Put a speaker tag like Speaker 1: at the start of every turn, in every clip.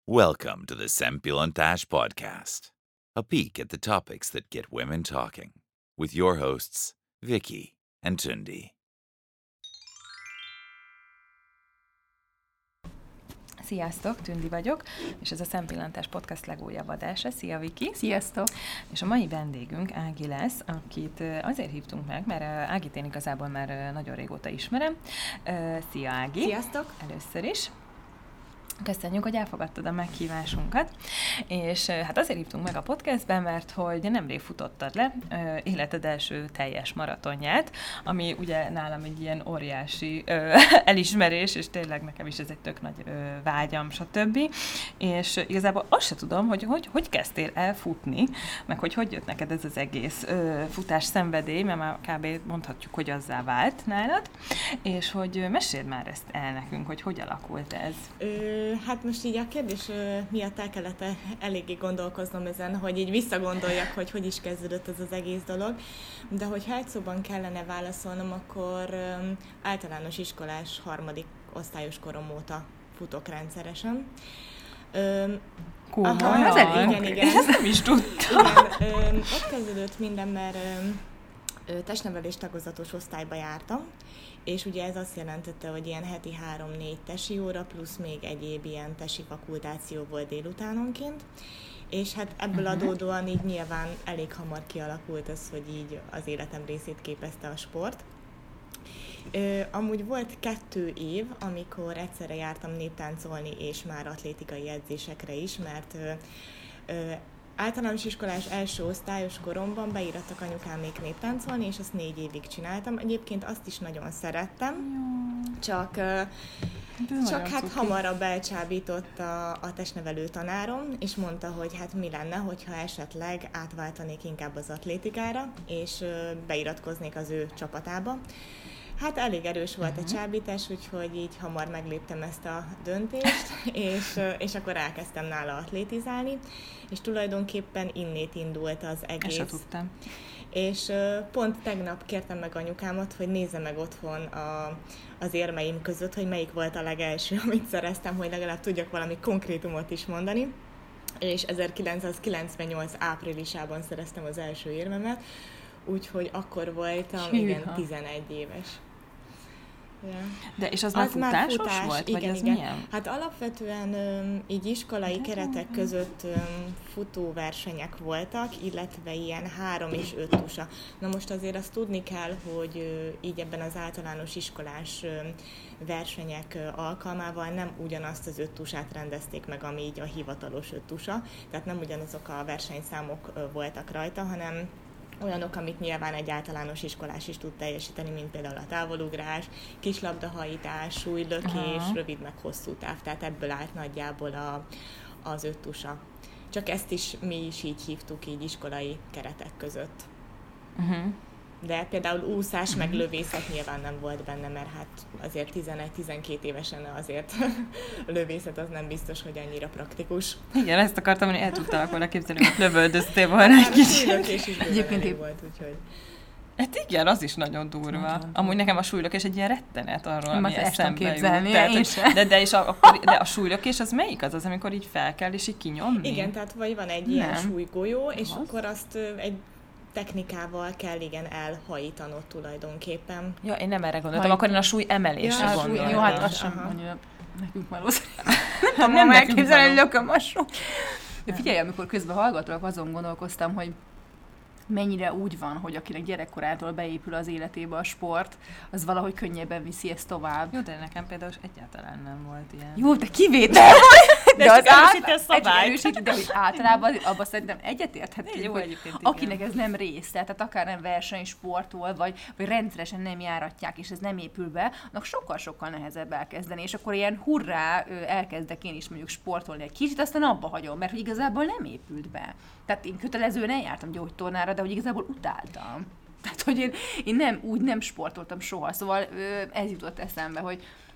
Speaker 1: Welcome to the Szempillantás Podcast, a peek at the topics that get women talking, with your hosts, Vicky and Tundi.
Speaker 2: Sziasztok, Tündi vagyok, és ez a Szempillantás Podcast legújabb adása. Szia, Viki!
Speaker 3: Sziasztok!
Speaker 2: És a mai vendégünk Ági lesz, akit azért hívtunk meg, mert Ágit én igazából már nagyon régóta ismerem. Szia, Ági!
Speaker 3: Sziasztok!
Speaker 2: Először is. Köszönjük, hogy elfogadtad a meghívásunkat, és hát azért hívtunk meg a podcastben, mert hogy nemrég futottad le életed első teljes maratonját, ami ugye nálam egy ilyen óriási elismerés, és tényleg nekem is ez egy tök nagy vágyam, stb. És igazából azt se tudom, hogy kezdtél el futni, meg hogy jött neked ez az egész futás szenvedély, mert már kb. Mondhatjuk, hogy azzá vált nálad, és hogy meséld már ezt el nekünk, hogy alakult ez.
Speaker 3: Hát most így a kérdés miatt el kellett eléggé gondolkoznom ezen, hogy így visszagondoljak, hogy is kezdődött ez az egész dolog. De hogyha egy szóban kellene válaszolnom, akkor általános iskolás 3. osztályos korom óta futok rendszeresen.
Speaker 2: Igen. Ezt nem is tudtam.
Speaker 3: Igen, ott kezdődött minden, mert testnevelés tagozatos osztályba jártam, és ugye ez azt jelentette, hogy ilyen heti 3-4 tesi óra, plusz még egyéb ilyen tesi fakultáció volt délutánonként, és hát ebből adódóan így nyilván elég hamar kialakult ez, hogy így az életem részét képezte a sport. Amúgy volt 2 év, amikor egyszerre jártam néptáncolni és már atlétikai edzésekre is, mert általános iskolás első osztályos koromban beírattak anyukámék néptáncolni, és azt 4 évig csináltam. Egyébként azt is nagyon szerettem, csak hát hamarabb elcsábított a testnevelő tanárom, és mondta, hogy hát mi lenne, hogyha esetleg átváltanék inkább az atlétikára, és beiratkoznék az ő csapatába. Hát elég erős volt a csábítás, úgyhogy így hamar megléptem ezt a döntést, és akkor elkezdtem nála atlétizálni, és tulajdonképpen innét indult az egész.
Speaker 2: Ezt tudtam.
Speaker 3: És pont tegnap kértem meg anyukámat, hogy nézze meg otthon az érmeim között, hogy melyik volt a legelső, amit szereztem, hogy legalább tudjak valami konkrétumot is mondani. És 1998 áprilisában szereztem az első érmemet, úgyhogy akkor voltam, igen, 11 éves. Ja.
Speaker 2: De és az már futásos
Speaker 3: futás,
Speaker 2: volt?
Speaker 3: Igen,
Speaker 2: vagy az
Speaker 3: igen.
Speaker 2: milyen?
Speaker 3: Hát alapvetően így iskolai keretek között futóversenyek voltak, illetve ilyen 3 és 5 tusa. Na most azért azt tudni kell, hogy így ebben az általános iskolás versenyek alkalmával nem ugyanazt az 5 tusát rendezték meg, ami így a hivatalos 5 tusa, tehát nem ugyanazok a versenyszámok voltak rajta, hanem olyanok, amit nyilván egy általános iskolás is tud teljesíteni, mint például a távolugrás, kislabdahajítás, súlylökés, rövid meg hosszú táv, tehát ebből állt nagyjából az 5 tusa. Csak ezt is mi is így hívtuk így iskolai keretek között. De például úszás meg lövészet nyilván nem volt benne, mert hát azért 11-12 évesen azért a lövészet az nem biztos, hogy annyira praktikus.
Speaker 2: Igen, ezt akartam, hogy el tudtalak volna képzelni, hogy lövöldöztél volna egy kicsit.
Speaker 3: Súlylökés is bőven volt, úgyhogy...
Speaker 2: Hát igen, az is nagyon durva. Nagyon amúgy nekem a súlylökés egy ilyen rettenet arról, ami eszembe jut. De a súlylökés az melyik az, amikor így fel kell, és így kinyomni?
Speaker 3: Igen, tehát vagy van egy ilyen súlygolyó, és akkor azt egy technikával kell elhajítanod tulajdonképpen.
Speaker 2: Ja, én nem erre gondoltam, akkor én a súly emelésre gondoltam.
Speaker 3: Jó, hát az sem mondja.
Speaker 4: Nekünk valószínűleg. Nem elképzelni, hogy lököm a súly. De figyelj, amikor közben hallgatlak, azon gondolkoztam, hogy mennyire úgy van, hogy akinek gyerekkorától beépül az életébe a sport, az valahogy könnyebben viszi ezt tovább.
Speaker 2: Jó, de nekem például egyáltalán nem volt ilyen.
Speaker 4: Jó, de kivétel vagy!
Speaker 2: De az erősíti
Speaker 4: de hogy általában abban szerintem egyetérthetünk,
Speaker 2: jó,
Speaker 4: hogy akinek ez nem rész, tehát akár nem versenysportol, vagy rendszeresen nem járatják, és ez nem épül be, annak sokkal-sokkal nehezebb elkezdeni, és akkor ilyen hurrá, elkezdek én is mondjuk sportolni egy kicsit, aztán abba hagyom, mert hogy igazából nem épült be. Tehát én kötelezően jártam gyógytornára, de hogy igazából utáltam. Tehát, hogy én nem sportoltam soha, szóval ez jutott eszembe, hogy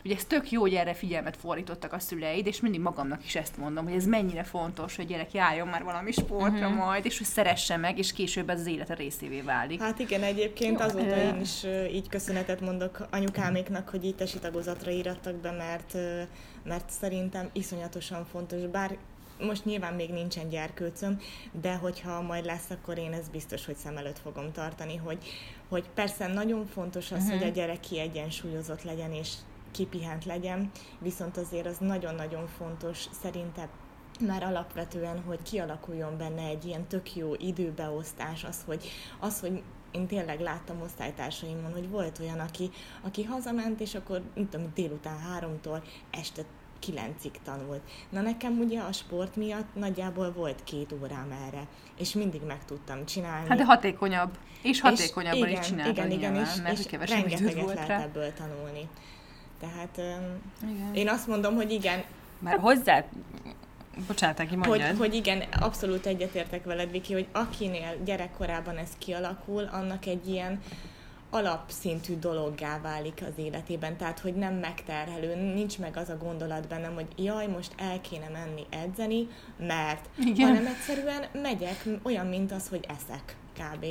Speaker 4: Ugye ez tök jó, hogy erre figyelmet fordítottak a szüleid, és mindig magamnak is ezt mondom, hogy ez mennyire fontos, hogy gyerek járjon már valami sportra majd, és hogy szeresse meg, és később ez az élete részévé válik.
Speaker 3: Hát igen, egyébként azóta én is így köszönetet mondok anyukáméknak, hogy így tesi tagozatra írattak be, mert szerintem iszonyatosan fontos, bár most nyilván még nincsen gyerkőcöm, de hogyha majd lesz, akkor én ezt biztos, hogy szem előtt fogom tartani, hogy persze nagyon fontos az, hogy a gyerek kiegyensúlyozott legyen, és kipihent legyen, viszont azért az nagyon-nagyon fontos szerintem már alapvetően, hogy kialakuljon benne egy ilyen tök jó időbeosztás, az, hogy én tényleg láttam osztálytársaimon, hogy volt olyan, aki hazament, és akkor délután 3-tól este 9-ig tanult. Na nekem ugye a sport miatt nagyjából volt 2 órám erre, és mindig meg tudtam csinálni.
Speaker 4: Hát de hatékonyabb, és hatékonyabban is csináltad
Speaker 3: igen,
Speaker 4: mert
Speaker 3: és
Speaker 4: kevesebb időd volt
Speaker 3: lehet
Speaker 4: rá.
Speaker 3: ebből tanulni. Tehát én azt mondom, hogy igen.
Speaker 2: Már hozzá... Bocsánat, aki mondjad.
Speaker 3: Hogy igen, abszolút egyetértek veled, Viki, hogy akinél gyerekkorában ez kialakul, annak egy ilyen alapszintű dologgá válik az életében, tehát hogy nem megterhelő, nincs meg az a gondolat bennem, hogy jaj, most el kéne menni edzeni, mert hanem egyszerűen megyek, olyan, mint az, hogy eszek kb.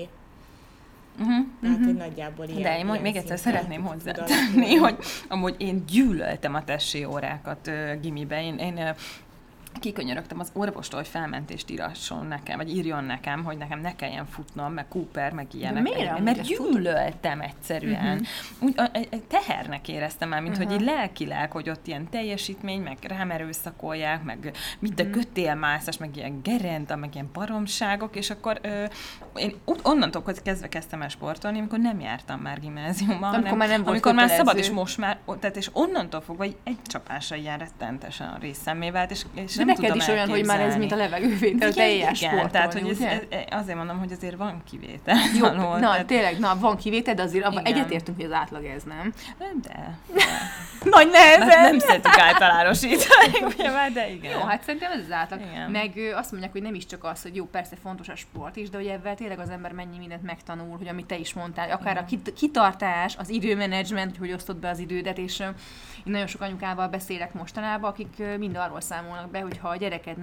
Speaker 3: Tehát, hogy nagyjából ilyen.
Speaker 2: De én még egyszer szeretném hozzátenni, hogy amúgy én gyűlöltem a tesi órákat gimibe. Én kikönyörögtem az orvostól, hogy felmentést írasson nekem, vagy írjon nekem, hogy nekem ne kelljen futnom, meg Cooper, meg ilyenek. Mert gyűlöltem egyszerűen. Úgy, tehernek éreztem már, mint hogy így lelkileg, hogy ott ilyen teljesítmény, meg rám erőszakolják, meg minden kötélmászás, meg ilyen gerenda, meg ilyen baromságok, és akkor én onnantól kezdve kezdtem el sportolni, amikor nem jártam már gimnáziumban, amikor már szabad, és most már, tehát és onnantól fogva egy csapásra ilyen rettentesen a részemmé vált, és
Speaker 4: de neked is olyan, hogy már ez mint a levegővétel, te éljás sportolni,
Speaker 2: tehát, hogy azért mondom, hogy azért van kivétel.
Speaker 4: Jó, tényleg, van kivétel, de azért abban egyetértünk, hogy az átlag ez, nem?
Speaker 2: De.
Speaker 4: Nagy nehezen!
Speaker 2: Nem szeretük általárosítani, ugye már, de igen.
Speaker 4: Jó, hát szerintem ez az átlag.
Speaker 2: Igen.
Speaker 4: Meg azt mondják, hogy nem is csak az, hogy jó, persze fontos a sport is, de hogy ebben tényleg az ember mennyi mindent megtanul, hogy amit te is mondtál, akár a kitartás, az időmenedzsment, hogy osztod be az idődet, és én nagyon sok anyukával beszélek mostanában, akik mind arról számolnak be, hogy ha a gyereked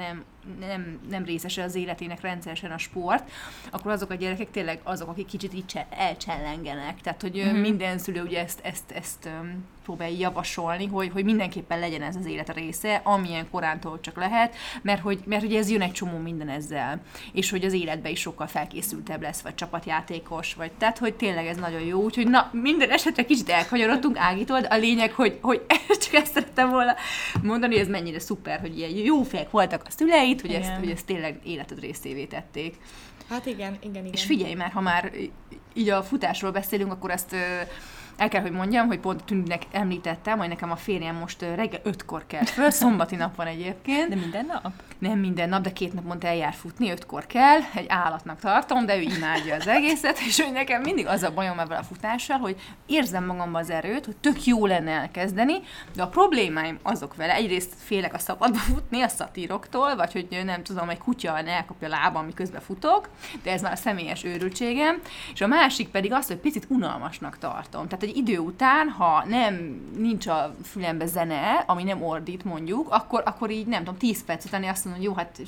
Speaker 4: nem részese az életének rendszeresen a sport, akkor azok a gyerekek tényleg azok, akik kicsit így elcsellengenek. Tehát, hogy minden szülő ugye ezt próbálja javasolni, hogy mindenképpen legyen ez az élet része, amilyen korántól csak lehet, mert hogy ez jön egy csomó minden ezzel, és hogy az életben is sokkal felkészültebb lesz, vagy csapatjátékos, vagy tehát, hogy tényleg ez nagyon jó, úgyhogy na, minden esetre kicsit elkanyarodtunk Ágitól, a lényeg, hogy csak ezt szerettem volna mondani, hogy ez mennyire szuper, hogy ilyen jó fejek voltak a szüleid, hogy ezt tényleg életed részévé tették.
Speaker 3: Hát igen.
Speaker 4: És figyelj már, ha már így a futásról beszélünk, akkor ezt el kell, hogy mondjam, hogy pont Tündinek említettem, hogy nekem a férjem most reggel 5-kor kelt föl, szombati nap van egyébként.
Speaker 2: De minden nap?
Speaker 4: Nem minden nap, de 2 naponta eljár futni, 5-kor kell, egy állatnak tartom, de ő imádja az egészet, és hogy nekem mindig az a bajom ebben a futással, hogy érzem magamban az erőt, hogy tök jó lenne elkezdeni, de a problémáim azok vele, egyrészt félek a szabadba futni, a szatíroktól, vagy hogy nem tudom, egy kutya elkapja a lábam, miközben futok, de ez már a személyes őrültségem, és a másik pedig az, hogy picit unalmasnak tartom. Tehát egy idő után, ha nincs a fülembe zene, ami nem ordít mondjuk, akkor így nem tudom, 10 perc után azt mondom, hogy jó, hát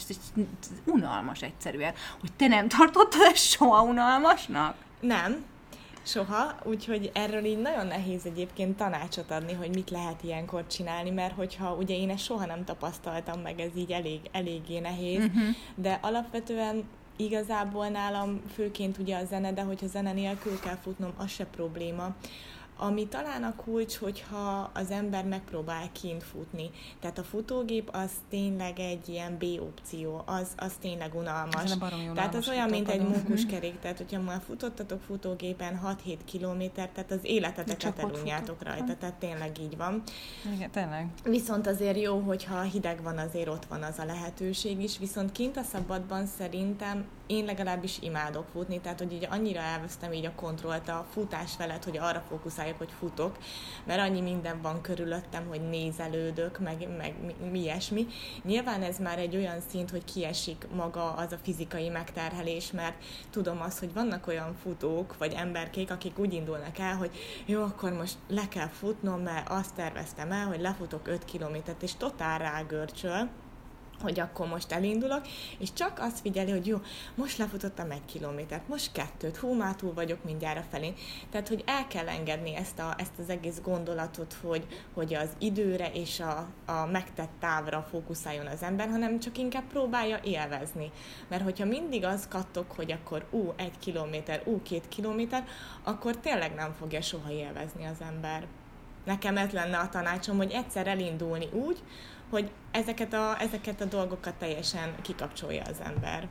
Speaker 4: unalmas egyszerűen. Hogy te nem tartottad ezt soha unalmasnak?
Speaker 3: Nem, soha, úgyhogy erről így nagyon nehéz egyébként tanácsot adni, hogy mit lehet ilyenkor csinálni, mert hogyha ugye én ezt soha nem tapasztaltam meg, ez így eléggé nehéz, de alapvetően igazából nálam főként ugye a zene, de hogyha zene nélkül kell futnom, az se probléma. Ami talán a kulcs, hogyha az ember megpróbál kint futni. Tehát a futógép az tényleg egy ilyen B-opció, az tényleg unalmas. Tehát az olyan, mint egy mókuskerék, tehát hogyha már futottatok futógépen 6-7 kilométer, tehát az életeteket elunjátok rajta, tehát tényleg így van.
Speaker 2: Igen, tényleg.
Speaker 3: Viszont azért jó, hogyha hideg van, azért ott van az a lehetőség is, viszont kint a szabadban szerintem én legalábbis imádok futni, tehát hogy így annyira elvesztem így a kontrollt a futás felett, hogy arra fókuszáljak, rájövök, hogy futok, mert annyi minden van körülöttem, hogy nézelődök, meg ilyesmi. Nyilván ez már egy olyan szint, hogy kiesik maga az a fizikai megterhelés, mert tudom azt, hogy vannak olyan futók, vagy emberkék, akik úgy indulnak el, hogy jó, akkor most le kell futnom, mert azt terveztem el, hogy lefutok 5 kilométert, és totál rágörcsöl, hogy akkor most elindulok, és csak azt figyeli, hogy jó, most lefutottam 1 kilométert, most 2, már túl vagyok mindjárt a felén. Tehát, hogy el kell engedni ezt az egész gondolatot, hogy az időre és a megtett távra fókuszáljon az ember, hanem csak inkább próbálja élvezni. Mert hogyha mindig az kattog, hogy akkor 1 kilométer, 2 kilométer, akkor tényleg nem fogja soha élvezni az ember. Nekem ez lenne a tanácsom, hogy egyszer elindulni úgy, hogy ezeket a dolgokat teljesen kikapcsolja az ember.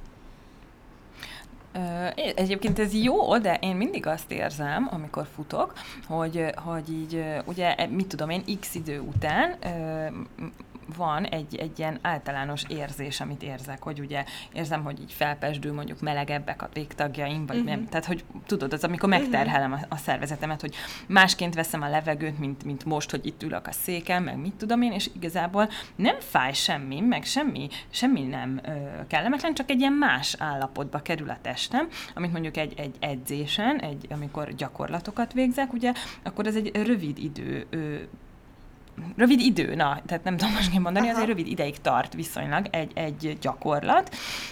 Speaker 2: Egyébként ez jó, de én mindig azt érzem, amikor futok, hogy így, ugye, mit tudom én, x idő után van egy ilyen általános érzés, amit érzek, hogy ugye érzem, hogy így felpesdül, mondjuk melegebbek a végtagjaim, vagy nem. Tehát, hogy tudod, az amikor megterhelem a szervezetemet, hogy másként veszem a levegőt, mint most, hogy itt ülök a széken, meg mit tudom én, és igazából nem fáj semmi, meg semmi nem kellemetlen, csak egy ilyen más állapotba kerül a testem, amit mondjuk egy edzésen, amikor gyakorlatokat végzek, ugye, akkor ez egy rövid idő, tehát nem tudom most mondani, azért rövid ideig tart viszonylag egy gyakorlat,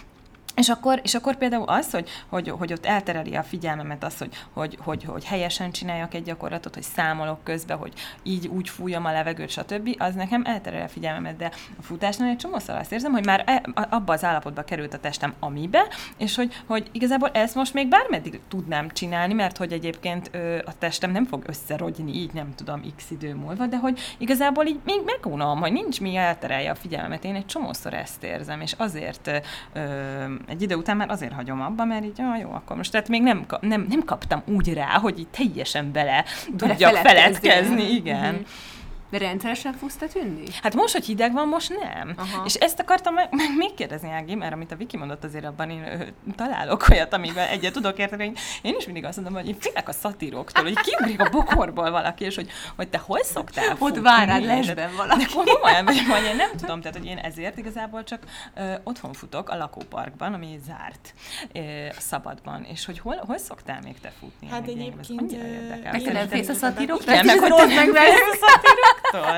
Speaker 2: és akkor például az, hogy ott eltereli a figyelmemet az, hogy helyesen csináljak egy gyakorlatot, hogy számolok közben, hogy így úgy fújjam a levegőt, stb., az nekem eltereli a figyelmemet, de a futásnál egy csomószor azt érzem, hogy már abba az állapotba került a testem, amibe, és hogy igazából ezt most még bármeddig tudnám csinálni, mert hogy egyébként a testem nem fog összerogyni, így nem tudom x idő múlva, de hogy igazából így még megunom, hogy nincs mi elterelje a figyelmemet. Én egy csomószor ezt érzem, és azért egy idő után már azért hagyom abba, mert így, jó, akkor most, tehát még nem kaptam úgy rá, hogy így teljesen bele tudjak feledkezni, igen.
Speaker 4: De rendszeresen futsz te tűnni?
Speaker 2: Hát most, hogy hideg van, most nem.
Speaker 4: Aha.
Speaker 2: És ezt akartam meg még kérdezni, Ági, mert amit a Viki mondott, azért abban én találok olyat, amiben egyet tudok érteni, hogy én is mindig azt mondom, hogy én félek a szatíroktól, hogy kiugrik a bokorból valaki, és hogy te hol szoktál futni?
Speaker 4: Ott vár rád lesben valaki.
Speaker 2: De komolyan vagy, én nem tudom, tehát hogy én ezért igazából csak otthon futok a lakóparkban, ami zárt, szabadban, és hogy hol szoktál még te futni?
Speaker 3: Hát egyébként...
Speaker 4: Te nem félsz a szatíroktól?
Speaker 2: Igen, meg hogy te nem félsz a szatíroktól?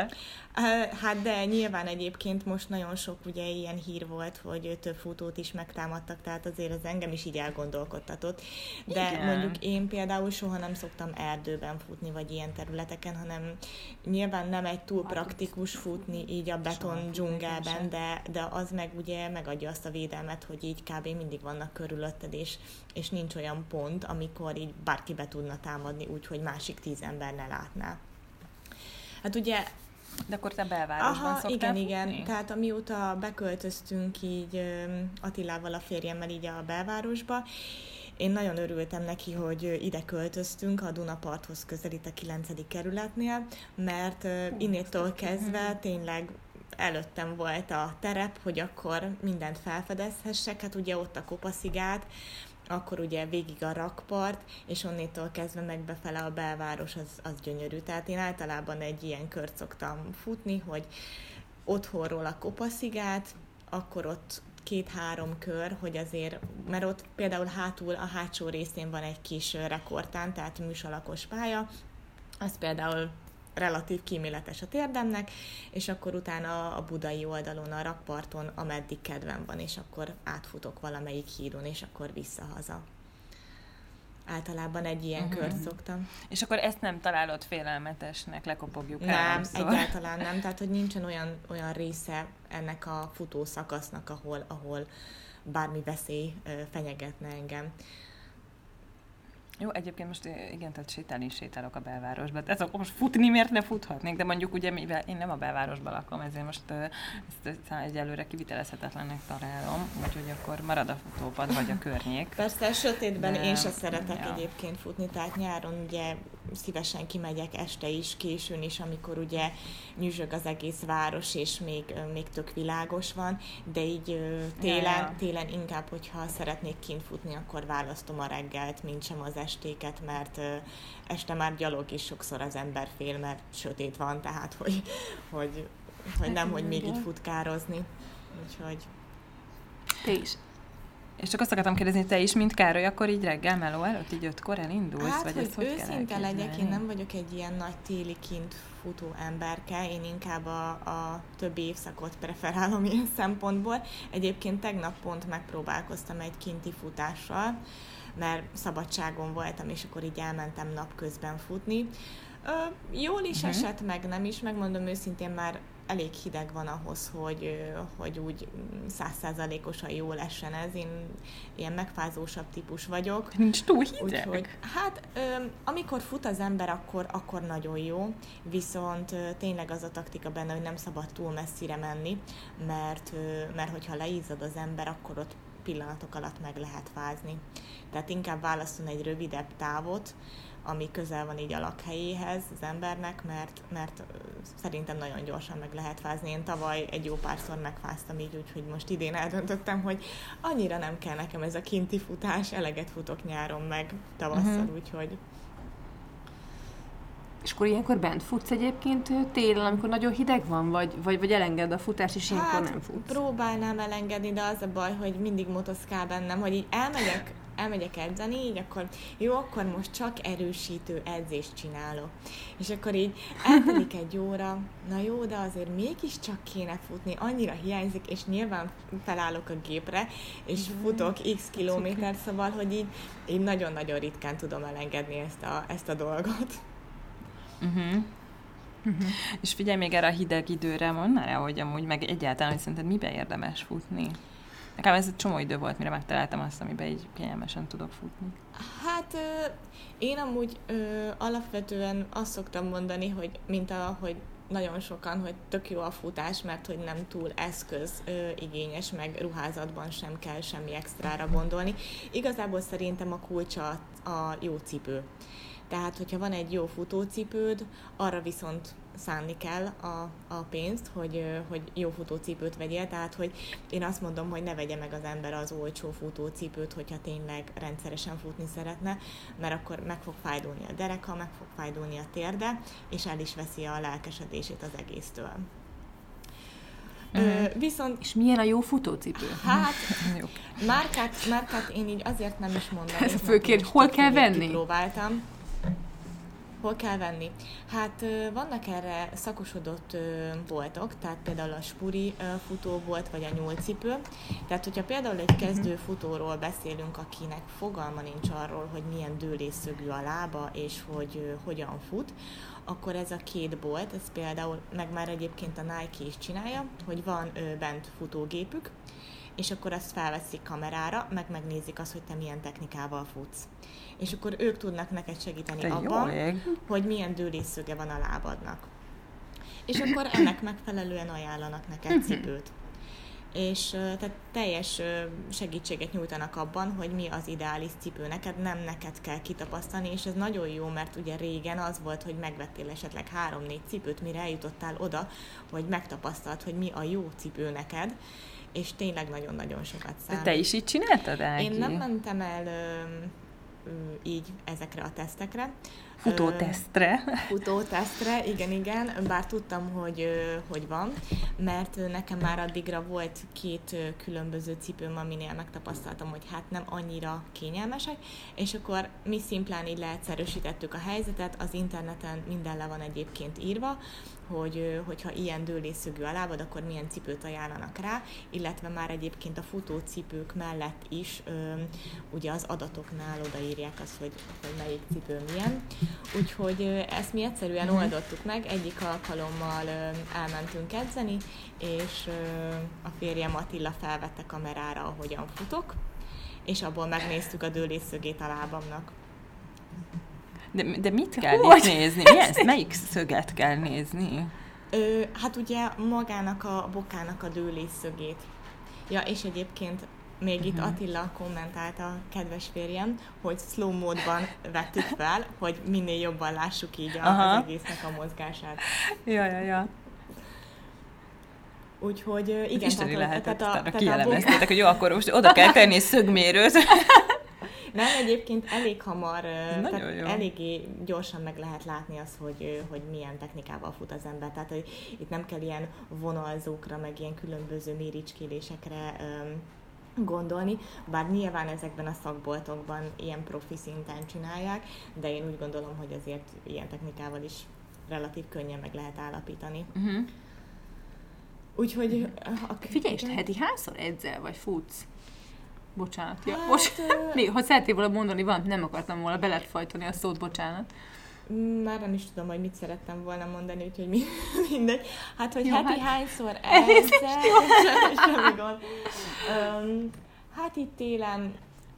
Speaker 3: Hát de nyilván egyébként most nagyon sok ugye ilyen hír volt, hogy több futót is megtámadtak, tehát azért ez engem is így elgondolkodtatott. De igen. Mondjuk én például soha nem szoktam erdőben futni, vagy ilyen területeken, hanem nyilván nem egy túl praktikus futni így a beton dzsungelben, de az meg ugye megadja azt a védelmet, hogy így kb. Mindig vannak körülötted, és nincs olyan pont, amikor így bárki be tudna támadni úgy, hogy másik 10 ember ne látná. Hát ugye...
Speaker 2: De akkor te belvárosban szoktál
Speaker 3: igen.
Speaker 2: futni?
Speaker 3: Tehát amióta beköltöztünk így Attilával, a férjemmel így a belvárosba, én nagyon örültem neki, hogy ide költöztünk a Dunaparthoz közel itt a 9. kerületnél, mert innétől kezdve tényleg előttem volt a terep, hogy akkor mindent felfedezhessek, hát ugye ott a Kopaszigát, akkor ugye végig a rakpart, és onnétől kezdve meg befele a belváros, az gyönyörű. Tehát én általában egy ilyen kört szoktam futni, hogy otthonról a Kopaszigát, akkor ott 2-3 kör, hogy azért, mert ott például hátul a hátsó részén van egy kis rekordtán, tehát műsalakos pálya, az például relatív kíméletes a térdemnek, és akkor utána a budai oldalon, a rakparton, ameddig kedvem van, és akkor átfutok valamelyik hídon, és akkor visszahaza. Általában egy ilyen kört szoktam.
Speaker 2: És akkor ezt nem találod félelmetesnek, lekopogjuk el?
Speaker 3: Nem, egyáltalán nem. Tehát, hogy nincsen olyan része ennek a futószakasznak, ahol bármi veszély fenyegetne engem.
Speaker 2: Jó, egyébként most igen, tehát sétálok a belvárosba. Ez akkor most futni miért ne futhatnék, de mondjuk ugye, mivel én nem a belvárosban lakom, ezért most ezt egyelőre kivitelezhetetlennek találom, úgyhogy akkor marad a futópad vagy a környék.
Speaker 3: Persze, sötétben én se szeretek egyébként futni, tehát nyáron ugye szívesen kimegyek este is, későn is, amikor ugye nyüzsög az egész város, és még tök világos van, de így télen inkább, hogyha szeretnék kint futni, akkor választom a reggelt, mint sem az estéket, mert este már gyalog is sokszor az ember fél, mert sötét van, tehát hogy nem, hogy még így futkározni. Úgyhogy...
Speaker 4: Te is.
Speaker 2: És csak azt akartam kérdezni, te is, mint Károly, akkor így reggel meló előtt, így 5-kor elindulsz?
Speaker 3: Hát,
Speaker 2: vagy
Speaker 3: hogy őszinte legyek, én nem vagyok egy ilyen nagy téli kint futó emberke, én inkább a többi évszakot preferálom ilyen szempontból. Egyébként tegnap pont megpróbálkoztam egy kinti futással, mert szabadságon voltam, és akkor így elmentem napközben futni. Jól is esett, meg nem is, megmondom őszintén, már elég hideg van ahhoz, hogy úgy 100%-osan jól essen ez. Én ilyen megfázósabb típus vagyok.
Speaker 2: Nincs túl hideg?
Speaker 3: Úgyhogy, hát amikor fut az ember, akkor nagyon jó, viszont tényleg az a taktika benne, hogy nem szabad túl messzire menni, mert hogyha leizzad az ember, akkor ott pillanatok alatt meg lehet fázni. Tehát inkább válasszon egy rövidebb távot, ami közel van így a lakhelyéhez az embernek, mert szerintem nagyon gyorsan meg lehet fázni. Én tavaly egy jó párszor megfáztam így, úgyhogy most idén eldöntöttem, hogy annyira nem kell nekem ez a kinti futás, eleget futok nyáron meg tavasszal, úgyhogy...
Speaker 4: És akkor ilyenkor bent futsz egyébként télen, amikor nagyon hideg van, vagy elenged a futás, és ilyenkor nem futsz?
Speaker 3: Próbálnám elengedni, de az a baj, hogy mindig motoszkál bennem, hogy így elmegyek edzeni, így akkor most csak erősítő edzést csinálok. És akkor így eltelik egy óra, na jó, de azért mégiscsak kéne futni, annyira hiányzik, és nyilván felállok a gépre, és futok x kilométert, szóval, hogy így nagyon-nagyon ritkán tudom elengedni ezt a dolgot.
Speaker 2: És figyelj még erre a hideg időre, mondd már el, hogy amúgy meg egyáltalán, hogy szerinted miben érdemes futni? Nekem ez egy csomó idő volt, mire megtaláltam azt, amiben így kényelmesen tudok futni.
Speaker 3: Hát én amúgy alapvetően azt szoktam mondani, hogy ahogy nagyon sokan, hogy tök jó a futás, mert hogy nem túl eszköz igényes, meg ruházatban sem kell semmi extrára gondolni. Igazából szerintem a kulcsa a jó cipő. Tehát, hogyha van egy jó futócipőd, arra viszont szánni kell a pénzt, hogy jó futócipőt vegyél. Tehát, hogy én azt mondom, hogy ne vegye meg az ember az olcsó futócipőt, hogyha tényleg rendszeresen futni szeretne, mert akkor meg fog fájdulni a dereka, meg fog fájdulni a térde, és el is veszi a lelkesedését az egésztől. Viszont...
Speaker 4: És milyen a jó futócipő?
Speaker 3: Hát, márkát én így azért nem is mondom.
Speaker 4: Ez a fő kérdés, hol kell venni?
Speaker 3: Próbáltam. Hol kell venni? Hát vannak erre szakosodott boltok, tehát például a Spuri futóbolt, vagy a nyúlcipő. Tehát, hogyha például egy kezdő futóról beszélünk, akinek fogalma nincs arról, hogy milyen dőlésszögű a lába, és hogy hogyan fut, akkor ez a két bolt, ez például, meg már egyébként a Nike is csinálja, hogy van bent futógépük, és akkor azt felveszik kamerára, megnézik azt, hogy te milyen technikával futsz. És akkor ők tudnak neked segíteni abban, hogy milyen dőlésszöge van a lábadnak. És akkor ennek megfelelően ajánlanak neked cipőt. És tehát teljes segítséget nyújtanak abban, hogy mi az ideális cipő neked, nem neked kell kitapasztalni, és ez nagyon jó, mert ugye régen az volt, hogy megvettél esetleg 3-4 cipőt, mire eljutottál oda, hogy megtapasztalt, hogy mi a jó cipő neked, és tényleg nagyon-nagyon sokat számít.
Speaker 2: De te is így csináltad, Ági?
Speaker 3: Én nem mentem el így ezekre a tesztekre. Futótesztre, igen, bár tudtam, hogy van, mert nekem már addigra volt 2 különböző cipőm, aminél megtapasztaltam, hogy hát nem annyira kényelmesek, és akkor mi szimplán így leegyszerűsítettük a helyzetet, az interneten minden le van egyébként írva, hogyha ilyen dőlésszögű a lábad, akkor milyen cipőt ajánlanak rá, illetve már egyébként a futócipők mellett is ugye az adatoknál odaírják azt, hogy melyik cipő milyen. Úgyhogy ezt mi egyszerűen oldottuk meg, egyik alkalommal elmentünk edzeni, és a férjem Attila felvette kamerára, ahogyan futok, és abból megnéztük a dőlésszögét a lábamnak.
Speaker 2: De mit kell itt nézni? Melyik szöget kell nézni?
Speaker 3: Hát ugye magának a bokának a dőlésszögét. Ja, és egyébként még itt Attila kommentálta, kedves férjem, hogy slow módban vettük fel, hogy minél jobban lássuk így az egésznek a mozgását.
Speaker 2: Ja.
Speaker 3: Úgyhogy igen,
Speaker 2: isteni lehetett, kielemeztétek, hogy jó, akkor most oda kell tenni egy szögmérőt.
Speaker 3: Nem, egyébként elég hamar,
Speaker 2: tehát
Speaker 3: eléggé gyorsan meg lehet látni azt, hogy milyen technikával fut az ember. Tehát, hogy itt nem kell ilyen vonalzókra, meg ilyen különböző méricskélésekre gondolni, bár nyilván ezekben a szakboltokban ilyen profi szinten csinálják, de én úgy gondolom, hogy azért ilyen technikával is relatív könnyen meg lehet állapítani. Úgyhogy...
Speaker 4: Figyelj, és te heti hányszor edzel, vagy futsz? Bocsánat. Ja, ha szeretnél volna mondani, nem akartam volna beletfajtani a szót, bocsánat.
Speaker 3: Már nem is tudom, hogy mit szerettem volna mondani, úgyhogy mindegy. Hát, hogy heti hányszor edzel, semmi gond. Hát itt télen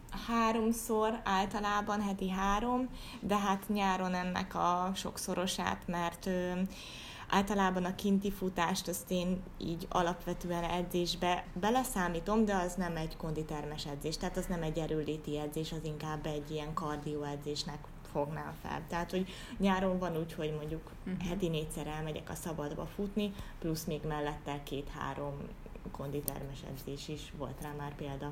Speaker 3: 3-szor, általában heti 3, de hát nyáron ennek a sokszorosát, mert általában a kinti futást azt én így alapvetően edzésbe beleszámítom, de az nem egy konditermes edzés, tehát az nem egy erőléti edzés, az inkább egy ilyen kardió edzésnek fognám fel. Tehát, hogy nyáron van úgy, hogy mondjuk heti 4-szer elmegyek a szabadba futni, plusz még mellette 2-3 konditermes edzés is volt rá már példa.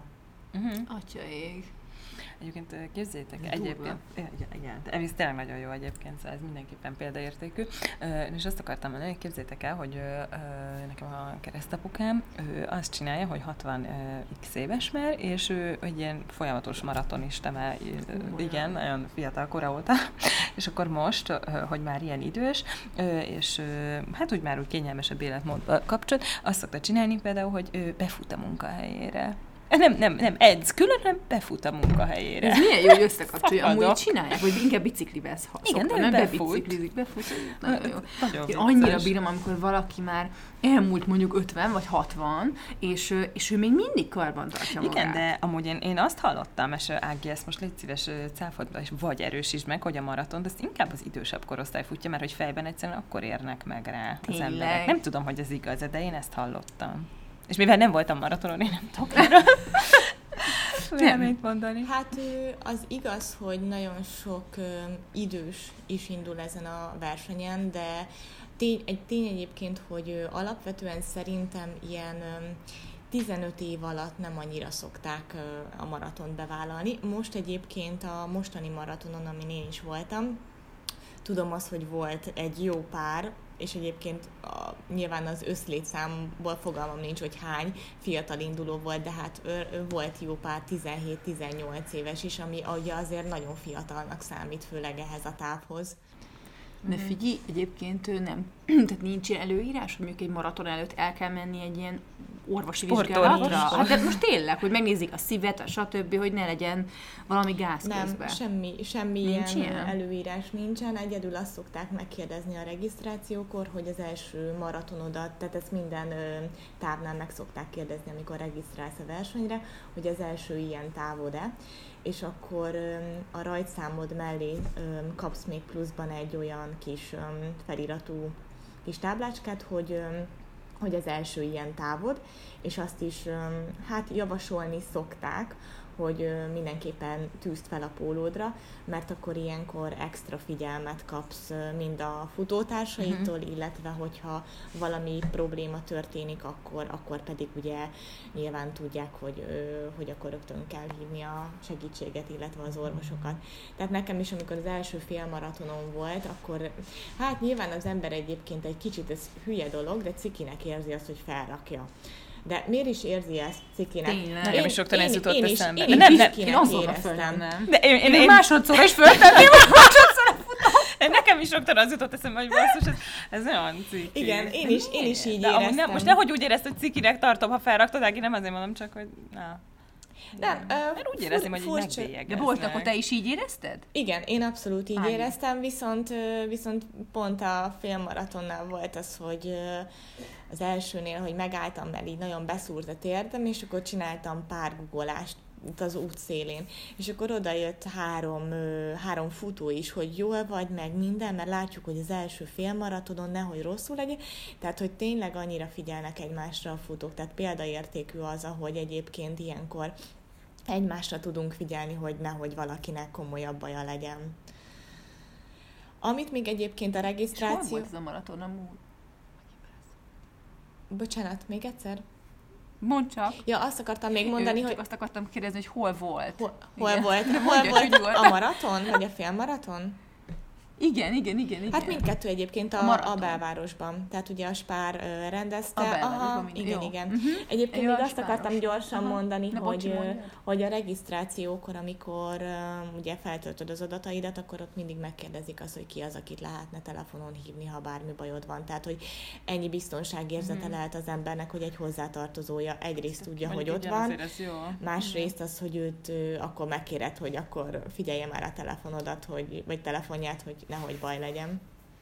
Speaker 4: Atyaég.
Speaker 2: Egyébként képzeljétek, egyébként, igen, ez tényleg nagyon jó egyébként, szóval ez mindenképpen példaértékű. És azt akartam mondani, hogy képzeljétek el, hogy nekem a keresztapukám, ő azt csinálja, hogy 60x éves már, és ő egy ilyen folyamatos maratonista már, igen, nagyon fiatal kora óta, és akkor most, hogy már ilyen idős, és hát úgy már úgy kényelmesebb életmódba kapcsolat, azt szokta csinálni például, hogy ő befut a munkahelyére. Nem edz külön, hanem befut a munkahelyére.
Speaker 4: Ez milyen jó, hogy összekapcsolja. Amúgy csinálják, hogy inkább biciklivel
Speaker 2: igen,
Speaker 4: nem befut. Nagyon jó. Annyira bírom, amikor valaki már elmúlt mondjuk 50 vagy 60, és ő még mindig karban tartja magát.
Speaker 2: Igen, de amúgy én azt hallottam, és Ági, ezt most légy szíves cáfold, és vagy erősítsd meg, hogy a maratont, azt inkább az idősebb korosztály futja, mert hogy fejben egyszerűen akkor érnek meg rá az emberek. Nem tudom, hogy ez igaz, de én ezt hallottam. És mivel nem voltam maratonon, én nem tudok erről véleményt mondani.
Speaker 3: Hát az igaz, hogy nagyon sok idős is indul ezen a versenyen, de egy tény egyébként, hogy alapvetően szerintem ilyen 15 év alatt nem annyira szokták a maratont bevállalni. Most egyébként a mostani maratonon, amin én is voltam, tudom azt, hogy volt egy jó pár, és egyébként nyilván az összlétszámból fogalmam nincs, hogy hány fiatal induló volt, de hát volt jó pár 17-18 éves is, ami ugye azért nagyon fiatalnak számít, főleg ehhez a távhoz.
Speaker 4: De figyelj, egyébként nem, tehát nincs ilyen előírás, hogy mondjuk egy maraton előtt el kell menni egy ilyen orvosi vizsgálatra. Hát de most tényleg, hogy megnézik a szívet, a stb., hogy ne legyen valami gáz közben.
Speaker 3: Nem, semmi ilyen előírás nincsen. Egyedül azt szokták megkérdezni a regisztrációkor, hogy az első maratonodat, tehát ezt minden távnál meg szokták kérdezni, amikor regisztrálsz a versenyre, hogy az első ilyen távod-e, és akkor a rajtszámod mellé kapsz még pluszban egy olyan kis feliratú kis táblácskát, hogy az első ilyen távod, és azt is hát javasolni szokták, hogy mindenképpen tűzd fel a pólódra, mert akkor ilyenkor extra figyelmet kapsz mind a futótársaitól, illetve hogyha valami probléma történik, akkor pedig ugye nyilván tudják, hogy akkor rögtön kell hívni a segítséget, illetve az orvosokat. Tehát nekem is, amikor az első félmaratonon volt, akkor hát nyilván az ember egyébként egy kicsit, ez hülye dolog, de cikinek érzi azt, hogy felrakja. De miért is érzi ezt cikinek?
Speaker 2: Nekem is sokszor ez jutott eszembe.
Speaker 4: Én azonnal fölnem.
Speaker 2: De én
Speaker 4: másodszor is föltenném, másodszor
Speaker 2: nekem is sokszor az jutott eszembe, hogy basszus, ez olyan ciki.
Speaker 3: Igen, én is így éreztem.
Speaker 2: Most nehogy úgy érezted, hogy cikinek tartom, ha felraktad, Ági, nem azért mondom, csak hogy...
Speaker 3: Nem,
Speaker 2: mert úgy érezném, hogy így megbélyegeznek.
Speaker 4: De volt, akkor te is így érezted?
Speaker 3: Igen, én abszolút így éreztem, viszont pont a félmaratonnál volt az, hogy az elsőnél, hogy megálltam, mert így nagyon beszúrt a térdem, és akkor csináltam pár guggolást az út szélén. És akkor oda jött három futó is, hogy jól vagy, meg minden, mert látjuk, hogy az első félmaratonon nehogy rosszul legyen. Tehát, hogy tényleg annyira figyelnek egymásra a futók. Tehát példaértékű az, ahogy egyébként ilyenkor egymásra tudunk figyelni, hogy nehogy valakinek komolyabb baja legyen. Amit még egyébként a regisztráció...
Speaker 4: És hol volt ez a maraton amúgy?
Speaker 3: Bocsánat, még egyszer?
Speaker 4: Mondd csak.
Speaker 3: Ja, azt akartam még mondani, hogy...
Speaker 4: Azt akartam kérdezni, hogy hol volt.
Speaker 3: Hol volt
Speaker 4: Mondja,
Speaker 3: a maraton? Vagy a félmaraton?
Speaker 4: Igen.
Speaker 3: Hát mindkettő egyébként a belvárosban. Tehát ugye a Spár rendezte.
Speaker 4: A belvárosban
Speaker 3: Igen. Egyébként még azt akartam gyorsan mondani,
Speaker 4: Na,
Speaker 3: hogy a regisztrációkor, amikor ugye feltöltöd az adataidat, akkor ott mindig megkérdezik azt, hogy ki az, akit lehetne telefonon hívni, ha bármi bajod van. Tehát, hogy ennyi biztonságérzete lehet az embernek, hogy egy hozzátartozója egyrészt tudja, hogy ott van, másrészt az, hogy őt akkor megkéred, hogy akkor figyelje már a telefonodat, vagy telefonját, hogy nehogy baj legyen.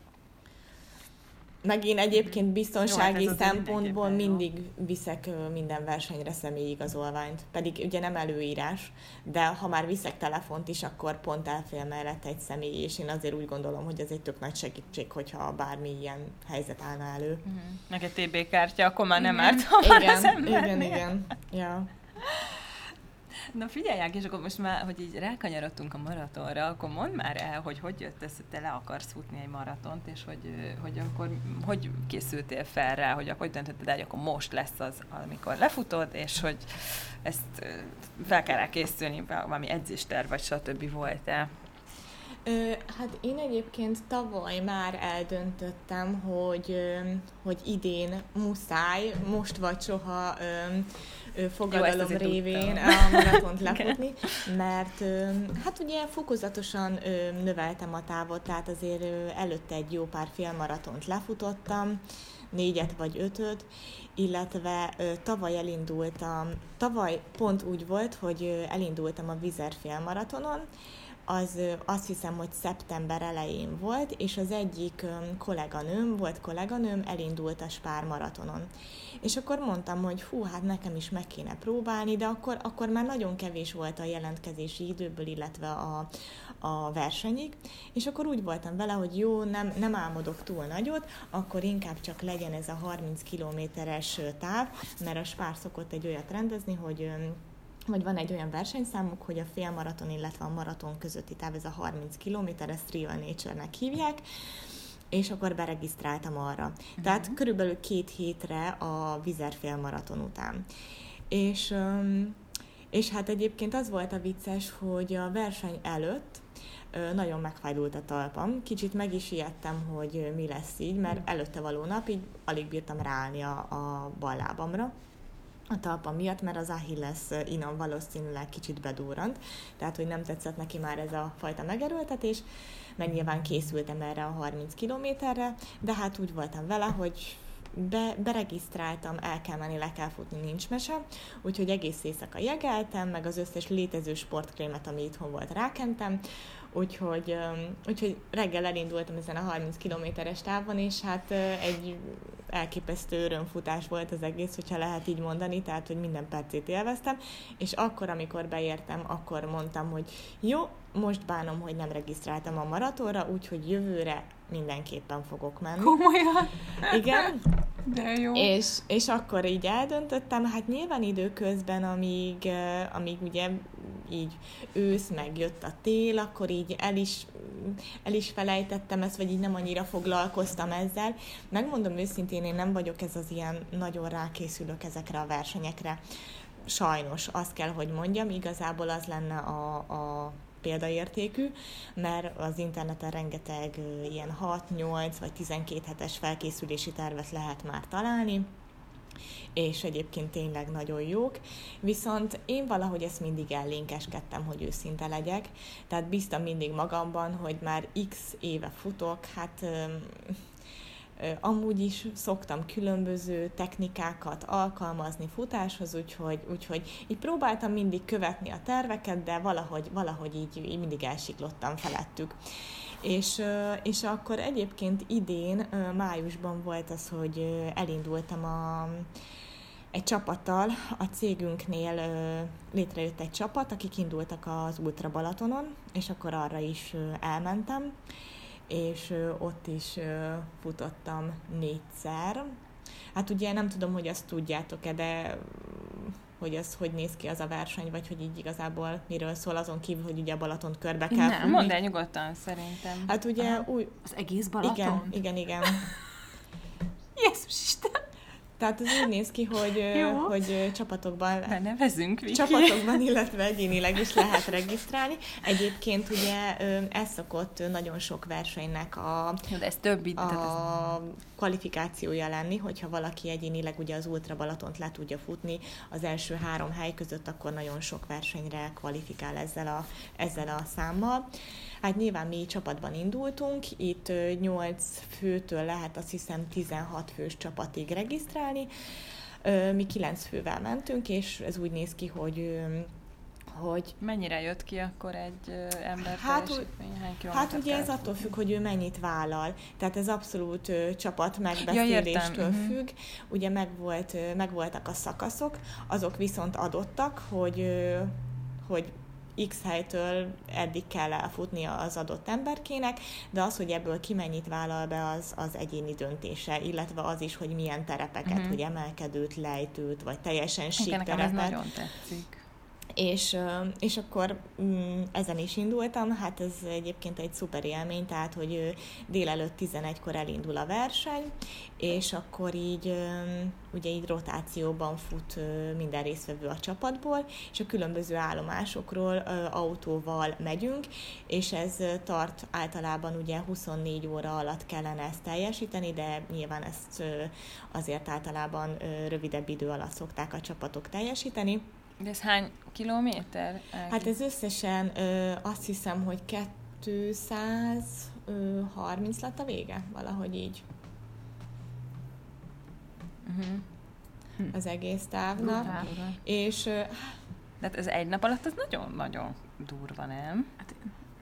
Speaker 3: Meg én egyébként biztonsági szempontból mindig viszek minden versenyre személyigazolványt. Pedig ugye nem előírás, de ha már viszek telefont is, akkor pont elfél mellett egy személy, és én azért úgy gondolom, hogy ez egy tök nagy segítség, hogyha bármi ilyen helyzet állna elő.
Speaker 2: Meg egy TB kártya, akkor már nem árt, ha van az embernél.
Speaker 3: Igen. Ja.
Speaker 2: Na figyelják, és akkor most már, hogy így rákanyarodtunk a maratonra, akkor mondd már el, hogy jött ez, hogy te le akarsz futni egy maratont, és hogy akkor hogy készültél fel rá, hogy döntötted el, hogy akkor most lesz az, amikor lefutod, és hogy ezt fel kell rá készülni, valami edzésterv, vagy stb. Volt-e?
Speaker 3: Hát én egyébként tavaly már eldöntöttem, hogy idén muszáj, most vagy soha fogadalom révén a maratont lefutni, mert hát ugye fokozatosan növeltem a távot, tehát azért előtte egy jó pár félmaratont lefutottam, 4 vagy 5, illetve tavaly pont úgy volt, hogy elindultam a Vizer félmaratonon, az azt hiszem, hogy szeptember elején volt, és az egyik kolléganőm elindult a Spár maratonon. És akkor mondtam, hogy hát nekem is meg kéne próbálni, de akkor már nagyon kevés volt a jelentkezési időből, illetve a versenyig, és akkor úgy voltam vele, hogy jó, nem álmodok túl nagyot, akkor inkább csak legyen ez a 30 kilométeres táv, mert a Spár szokott egy olyat rendezni, hogy van egy olyan versenyszámuk, hogy a félmaraton, illetve a maraton közötti táv, ez a 30 km, ezt Real Nature-nek hívják, és akkor beregisztráltam arra. Tehát körülbelül 2 hétre a Vizer félmaraton után. És hát egyébként az volt a vicces, hogy a verseny előtt nagyon megfájdult a talpam. Kicsit meg is ijedtem, hogy mi lesz így, mert előtte való nap így alig bírtam ráállni a bal lábamra a talpam miatt, mert az Achilles inom valószínűleg kicsit bedurrant, tehát hogy nem tetszett neki már ez a fajta megerőltetés, meg nyilván készültem erre a 30 kilométerre, de hát úgy voltam vele, hogy beregisztráltam, el kell menni, le kell futni, nincs mese, úgyhogy egész éjszaka jegeltem, meg az összes létező sportkrémet, ami itthon volt, rákentem, úgyhogy reggel elindultam ezen a 30 kilométeres távon, és hát egy elképesztő örömfutás volt az egész, hogyha lehet így mondani, tehát, hogy minden percét élveztem, és akkor, amikor beértem, akkor mondtam, hogy jó, most bánom, hogy nem regisztráltam a maratonra, úgyhogy jövőre mindenképpen fogok menni.
Speaker 4: Komolyan?
Speaker 3: Igen.
Speaker 4: De jó.
Speaker 3: És akkor így eldöntöttem, hát nyilván időközben, amíg ugye így ősz, meg jött a tél, akkor így el is felejtettem ezt, vagy így nem annyira foglalkoztam ezzel. Megmondom őszintén, én nem vagyok ez az ilyen, nagyon rákészülök ezekre a versenyekre. Sajnos, azt kell, hogy mondjam, igazából az lenne a példaértékű, mert az interneten rengeteg ilyen 6, 8 vagy 12 hetes felkészülési tervet lehet már találni, és egyébként tényleg nagyon jók, viszont én valahogy ezt mindig ellénkeskedtem, hogy őszinte legyek, tehát bíztam mindig magamban, hogy már x éve futok, hát amúgy is szoktam különböző technikákat alkalmazni futáshoz, úgyhogy így próbáltam mindig követni a terveket, de valahogy így mindig elsiklottam felettük. És akkor egyébként idén, májusban volt az, hogy elindultam egy csapattal a cégünknél létrejött egy csapat, akik indultak az Ultra Balatonon, és akkor arra is elmentem, és ott is futottam 4-szer. Hát ugye nem tudom, hogy azt tudjátok-e, de hogy az hogy néz ki az a verseny, vagy hogy így igazából miről szól, azon kívül, hogy ugye a Balatont körbe kell futni.
Speaker 2: Mondd el nyugodtan, szerintem.
Speaker 3: Hát ugye
Speaker 4: Az egész Balaton?
Speaker 3: Igen.
Speaker 4: Jézus Isten!
Speaker 3: Tehát ez úgy néz ki, hogy csapatokban,
Speaker 2: Nevezzünk, Viki.
Speaker 3: csapatokban, illetve egyénileg is lehet regisztrálni. Egyébként ugye ez szokott nagyon sok versenynek
Speaker 2: Jó, de ez több
Speaker 3: a kvalifikációja lenni, hogyha valaki egyénileg ugye az Ultra Balatont le tudja futni az első 3 hely között, akkor nagyon sok versenyre kvalifikál ezzel a számmal. Hát nyilván mi csapatban indultunk, itt 8 főtől lehet azt hiszem 16 fős csapatig regisztrálni. Mi 9 fővel mentünk, és ez úgy néz ki, hogy
Speaker 2: mennyire jött ki akkor egy ember teljesítmény? Hány
Speaker 3: Hát ugye ez attól függ, hogy ő mennyit vállal. Tehát ez abszolút csapat megbeszéléstől függ. Ugye megvoltak a szakaszok, azok viszont adottak, hogy X helytől eddig kell elfutnia az adott emberkének, de az, hogy ebből ki mennyit vállal be, az egyéni döntése, illetve az is, hogy milyen terepeket, hogy emelkedőt, lejtőt, vagy teljesen sík terepet.
Speaker 2: Nekem ez nagyon tetszik.
Speaker 3: És akkor ezen is indultam, hát ez egyébként egy szuper élmény, tehát, hogy délelőtt 11-kor elindul a verseny, és akkor ugye így rotációban fut minden résztvevő a csapatból, és a különböző állomásokról autóval megyünk, és ez tart általában ugye 24 óra alatt kellene ezt teljesíteni, de nyilván ezt azért általában rövidebb idő alatt szokták a csapatok teljesíteni.
Speaker 2: De ez hány kilométer?
Speaker 3: Hát ez összesen azt hiszem, hogy 230 lett a vége, valahogy így. Az egész távnak. És
Speaker 2: de ez egy nap alatt az nagyon-nagyon durva, nem?
Speaker 4: Hát,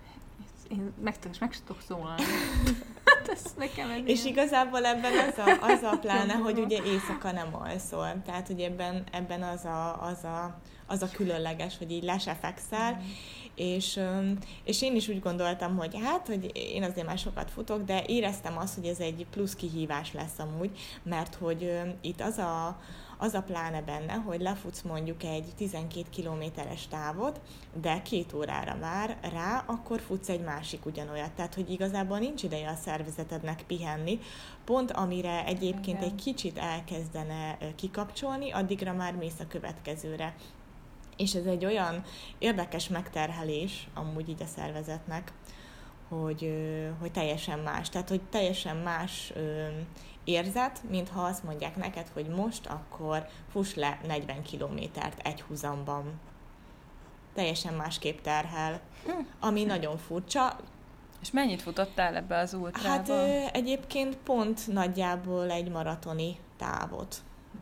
Speaker 4: én meg tudok szólalni. Hát ez nekem ez
Speaker 3: és igazából ebben az a pláne, hogy ugye éjszaka nem alszol. Tehát, hogy ebben az a különleges, hogy így le se fekszel. És én is úgy gondoltam, hogy hogy én azért már sokat futok, de éreztem azt, hogy ez egy plusz kihívás lesz amúgy, mert hogy itt az a pláne benne, hogy lefutsz mondjuk egy 12 kilométeres távot, de 2 órára már rá, akkor futsz egy másik ugyanolyat. Tehát, hogy igazából nincs ideje a szervezetednek pihenni, pont amire egyébként egy kicsit elkezdene kikapcsolni, addigra már mész a következőre. És ez egy olyan érdekes megterhelés amúgy így a szervezetnek, hogy teljesen más. Tehát, hogy teljesen más érzet, mintha azt mondják neked, hogy most akkor fuss le 40 kilométert egy húzamban. Teljesen másképp terhel, ami nagyon furcsa.
Speaker 2: És mennyit futottál ebbe az ultrába?
Speaker 3: Hát egyébként pont nagyjából egy maratoni távot.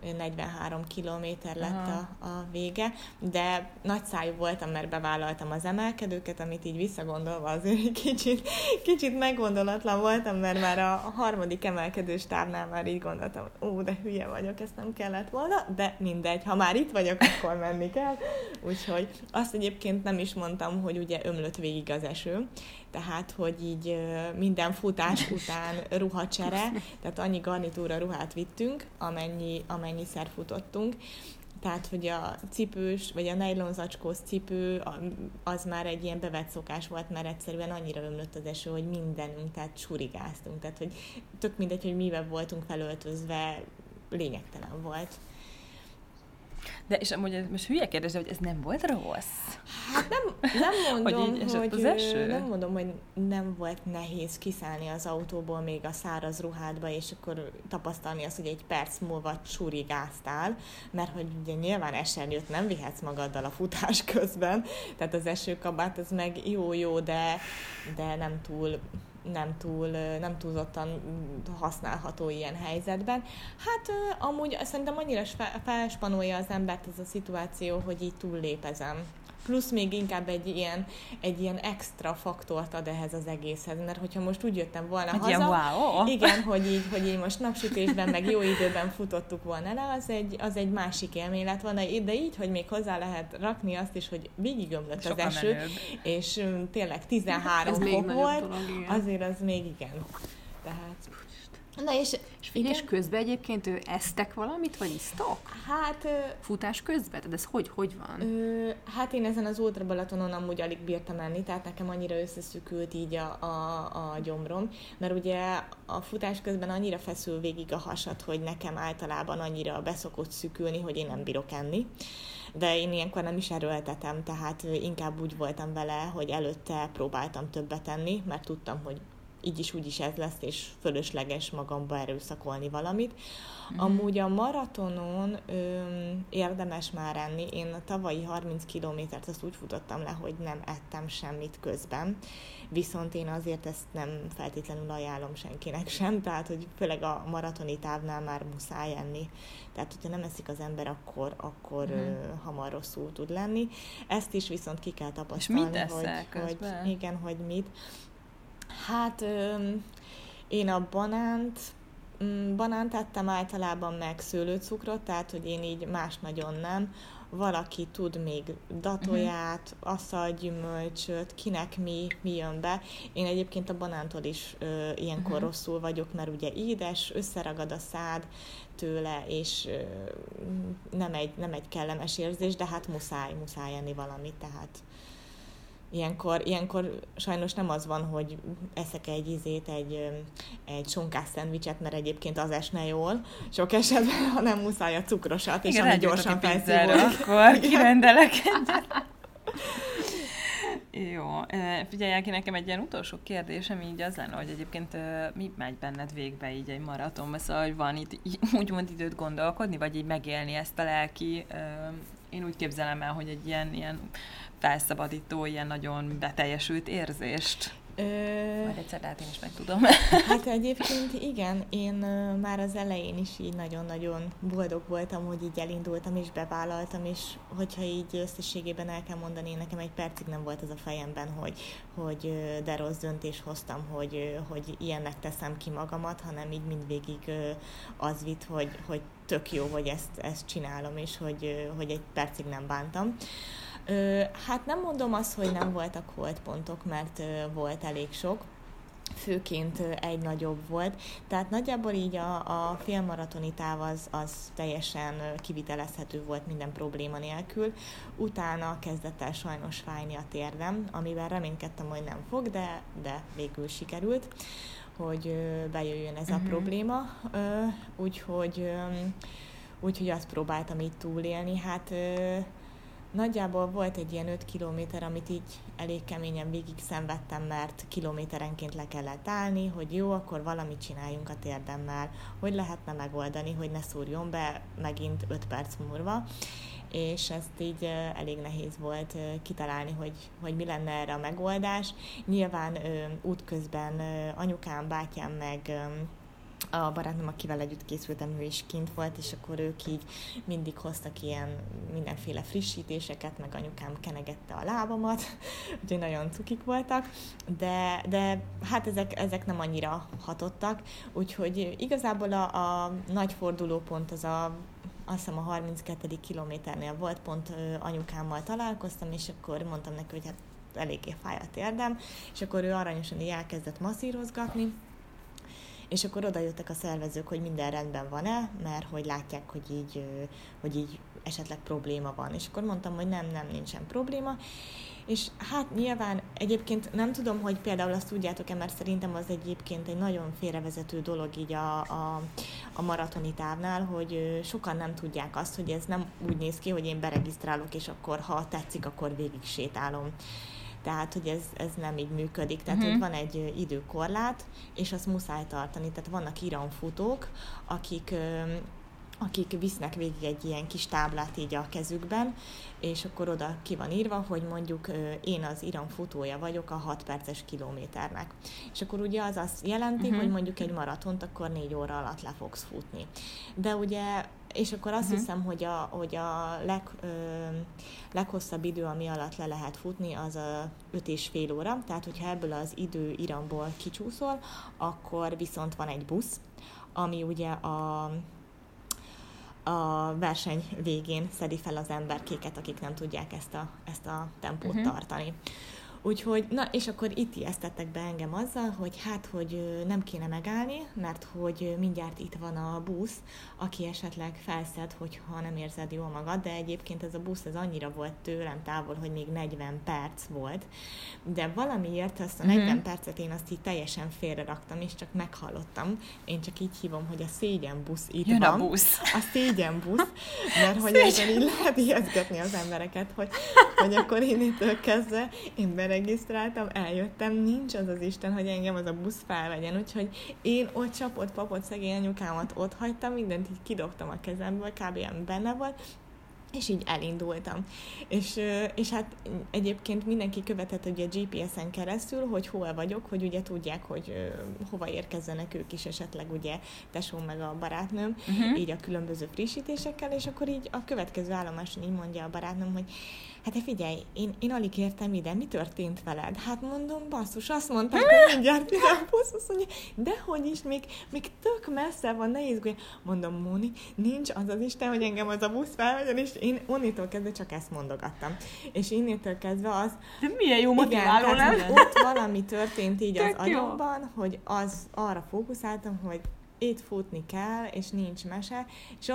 Speaker 3: 43 kilométer lett a vége, de nagyszájú voltam, mert bevállaltam az emelkedőket, amit így visszagondolva azért kicsit meggondolatlan voltam, mert már a harmadik emelkedős távnál már így gondoltam, de hülye vagyok, ezt nem kellett volna, de mindegy, ha már itt vagyok, akkor menni kell. Úgyhogy azt egyébként nem is mondtam, hogy ugye ömlött végig az eső, tehát, hogy így minden futás után ruhacsere, tehát annyi garnitúra ruhát vittünk, amennyiszer futottunk. Tehát, hogy a cipős, vagy a nejlonzacskós cipő, az már egy ilyen bevett szokás volt, mert egyszerűen annyira ömlött az eső, hogy mindenünk, tehát surigáztunk. Tehát, hogy tök mindegy, hogy mivel voltunk felöltözve, lényegtelen volt.
Speaker 2: De és amúgy most hülye kérdés, hogy ez nem volt rossz?
Speaker 3: Hát nem mondom,
Speaker 2: nem
Speaker 3: mondom, hogy nem volt nehéz kiszállni az autóból még a száraz ruhádba, és akkor tapasztalni azt, hogy egy perc múlva surigáztál, mert hogy ugye nyilván esernyőt nem vihetsz magaddal a futás közben, tehát az esőkabát az meg jó, de nem túlzottan használható ilyen helyzetben. Hát amúgy szerintem annyira felspanolja az embert ez a szituáció, hogy így túllépezem. plusz még inkább egy ilyen extra faktort ad ehhez az egészhez, mert hogyha most úgy jöttem volna haza,
Speaker 2: ilyen wow.
Speaker 3: igen, hogy így most napsütésben, meg jó időben futottuk volna le, az egy másik élmény lett volna, de így, hogy még hozzá lehet rakni azt is, hogy végigömlött az eső, és tényleg 13 fok volt, azért az még igen. Tehát...
Speaker 4: Na és közben egyébként esztek valamit, vagy isztok?
Speaker 3: Hát...
Speaker 4: Futás közben? Tehát ez hogy van?
Speaker 3: Hát én ezen az Ultra Balatonon amúgy alig bírtam menni, tehát nekem annyira összeszükült így a gyomrom, mert ugye a futás közben annyira feszül végig a hasad, hogy nekem általában annyira beszokott szükülni, hogy én nem bírok enni. De én ilyenkor nem is erőltetem, tehát inkább úgy voltam vele, hogy előtte próbáltam többet enni, mert tudtam, hogy így is úgy is ez lesz, és fölösleges magamba erőszakolni valamit. Amúgy a maratonon érdemes már enni. Én a tavalyi 30 kilométert azt úgy futottam le, hogy nem ettem semmit közben. Viszont én azért ezt nem feltétlenül ajánlom senkinek sem, tehát hogy főleg a maratoni távnál már muszáj enni. Tehát, hogyha nem eszik az ember, akkor hamar rosszul tud lenni. Ezt is viszont ki kell tapasztalni.
Speaker 2: És mit eszel közben?
Speaker 3: Igen, hogy mit. Hát én a banánt ettem általában, meg szőlőcukrot, tehát hogy én így más nagyon nem. Valaki tud még datóját, aszalgyümölcsöt, kinek mi jön be. Én egyébként a banántól is ilyenkor rosszul vagyok, mert ugye édes, összeragad a szád tőle, és nem egy kellemes érzés, de hát muszáj enni valamit, tehát... Ilyenkor sajnos nem az van, hogy eszek egy sonkás szendvicset, mert egyébként az esne jól sok esetben, hanem muszáj a cukrosat, és ami gyorsan felszívódik.
Speaker 2: Akkor kirendelek egyet. Jó, figyelj, Ági, nekem egy ilyen utolsó kérdésem így az lenne, hogy egyébként mi megy benned végbe így egy maratonba, szóval hogy van itt úgymond időt gondolkodni, vagy így megélni ezt a lelki, én úgy képzelem el, hogy egy ilyen felszabadító, ilyen nagyon beteljesült érzést. Majd egyszer lehet én is meg tudom.
Speaker 3: Hát egyébként igen, én már az elején is így nagyon-nagyon boldog voltam, hogy így elindultam és bevállaltam, és hogyha így összességében el kell mondani, nekem egy percig nem volt az a fejemben, hogy de rossz döntést hoztam, hogy ilyennek teszem ki magamat, hanem így mindvégig az vitt, hogy tök jó, hogy ezt csinálom, és hogy egy percig nem bántam. Hát nem mondom azt, hogy nem voltak holdpontok, mert volt elég sok, főként egy nagyobb volt, tehát nagyjából így a félmaratoni táv az teljesen kivitelezhető volt minden probléma nélkül. Utána kezdett el sajnos fájni a térdem, amivel reménykedtem, hogy nem fog, de végül sikerült, hogy bejöjjön ez a probléma, úgyhogy azt próbáltam így túlélni. Hát nagyjából volt egy ilyen 5 kilométer, amit így elég keményen végig szenvedtem, mert kilométerenként le kellett állni, hogy jó, akkor valamit csináljunk a térdemmel, hogy lehetne megoldani, hogy ne szúrjon be megint 5 perc múlva. És ezt így elég nehéz volt kitalálni, hogy mi lenne erre a megoldás. Nyilván útközben anyukám, bátyám meg a barátnőm, akivel együtt készültem, ő is kint volt, és akkor ők így mindig hoztak ilyen mindenféle frissítéseket, meg anyukám kenegette a lábamat, úgyhogy nagyon cukik voltak, de hát ezek nem annyira hatottak, úgyhogy igazából a nagy fordulópont az azt hiszem a 32. kilométernél volt, pont anyukámmal találkoztam, és akkor mondtam neki, hogy hát eléggé fáj a térdem, és akkor ő aranyosan így elkezdett masszírozgatni, és akkor oda jöttek a szervezők, hogy minden rendben van-e, mert hogy látják, hogy így esetleg probléma van. És akkor mondtam, hogy nem, nincsen probléma. És hát nyilván egyébként nem tudom, hogy például azt tudjátok-e, mert szerintem az egyébként egy nagyon félrevezető dolog így a maratoni távnál, hogy sokan nem tudják azt, hogy ez nem úgy néz ki, hogy én beregisztrálok, és akkor ha tetszik, akkor végig sétálom. Tehát, hogy ez nem így működik. Tehát, hogy van egy időkorlát, és azt muszáj tartani. Tehát vannak iramfutók, akik visznek végig egy ilyen kis táblát így a kezükben, és akkor oda ki van írva, hogy mondjuk én az Iram futója vagyok a 6 perces kilométernek. És akkor ugye az azt jelenti, hogy mondjuk egy maratont akkor 4 óra alatt le fogsz futni. De ugye, és akkor azt hiszem, hogy a leghosszabb idő, ami alatt le lehet futni, az a 5,5 óra. Tehát, hogyha ebből az idő Iramból kicsúszol, akkor viszont van egy busz, ami ugye a verseny végén szedi fel az emberkéket, akik nem tudják ezt a tempót tartani. Úgyhogy, na, és akkor itt ijesztettek be engem azzal, hogy nem kéne megállni, mert hogy mindjárt itt van a busz, aki esetleg felszed, hogyha nem érzed jól magad, de egyébként ez a busz ez annyira volt tőlem távol, hogy még 40 perc volt, de valamiért ezt a 40 percet én azt így teljesen félreraktam, és csak meghallottam. Én csak így hívom, hogy a szégyenbusz itt
Speaker 2: jön
Speaker 3: van.
Speaker 2: A busz.
Speaker 3: A szégyenbusz, mert hogy ezzel így lehet ijesztgetni az embereket, hogy akkor én ittől kezdve én beregisztráltam, eljöttem, nincs az az Isten, hogy engem az a busz felvegyen, úgyhogy én ott csapott papot szegény anyukámat ott hagytam, mindent így kidobtam a kezemből, kb. Benne volt, és így elindultam. És hát egyébként mindenki követett ugye GPS-en keresztül, hogy hol vagyok, hogy ugye tudják, hogy hova érkezzenek ők is esetleg ugye tesóm meg a barátnőm, így a különböző frissítésekkel, és akkor így a következő állomáson így mondja a barátnőm, hogy hát figyelj, én alig értem ide, mi történt veled? Hát mondom, basszus, azt mondták, hogy mindjárt ide a busz, azt mondja, dehogy is, még tök messze van, ne izgulj. Mondom, Móni, nincs az az Isten, hogy engem az a busz felvegyen, és én onnitól kezdve csak ezt mondogattam. És innétől kezdve az...
Speaker 4: De milyen jó motiváló, nem?
Speaker 3: Ott valami történt így az agyamban, hogy arra fókuszáltam, hogy itt futni kell, és nincs mese, és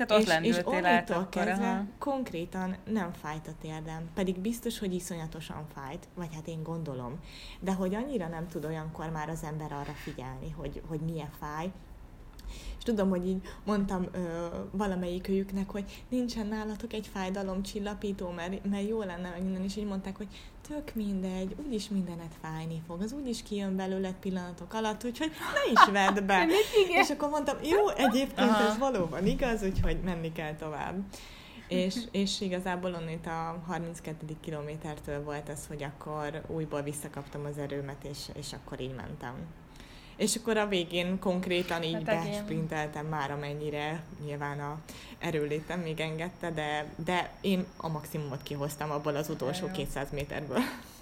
Speaker 3: onnitól kezdve konkrétan nem fájt a térdem, pedig biztos, hogy iszonyatosan fájt, vagy hát én gondolom, de hogy annyira nem tud olyankor már az ember arra figyelni, hogy milyen fáj. És tudom, hogy így mondtam valamelyikőjüknek, hogy nincsen nálatok egy fájdalomcsillapító, mert jó lenne meg minden, és így mondták, hogy tök mindegy, úgyis mindenet fájni fog, az úgyis kijön belőled pillanatok alatt, úgyhogy ne is vedd be. És akkor mondtam, jó, egyébként ez valóban igaz, úgyhogy menni kell tovább. És igazából onnét a 32. kilométertől volt ez, hogy akkor újból visszakaptam az erőmet, és akkor így mentem. És akkor a végén konkrétan így besprinteltem már, amennyire nyilván a erőlétem még engedte, de én a maximumot kihoztam abból az utolsó 200 méterből.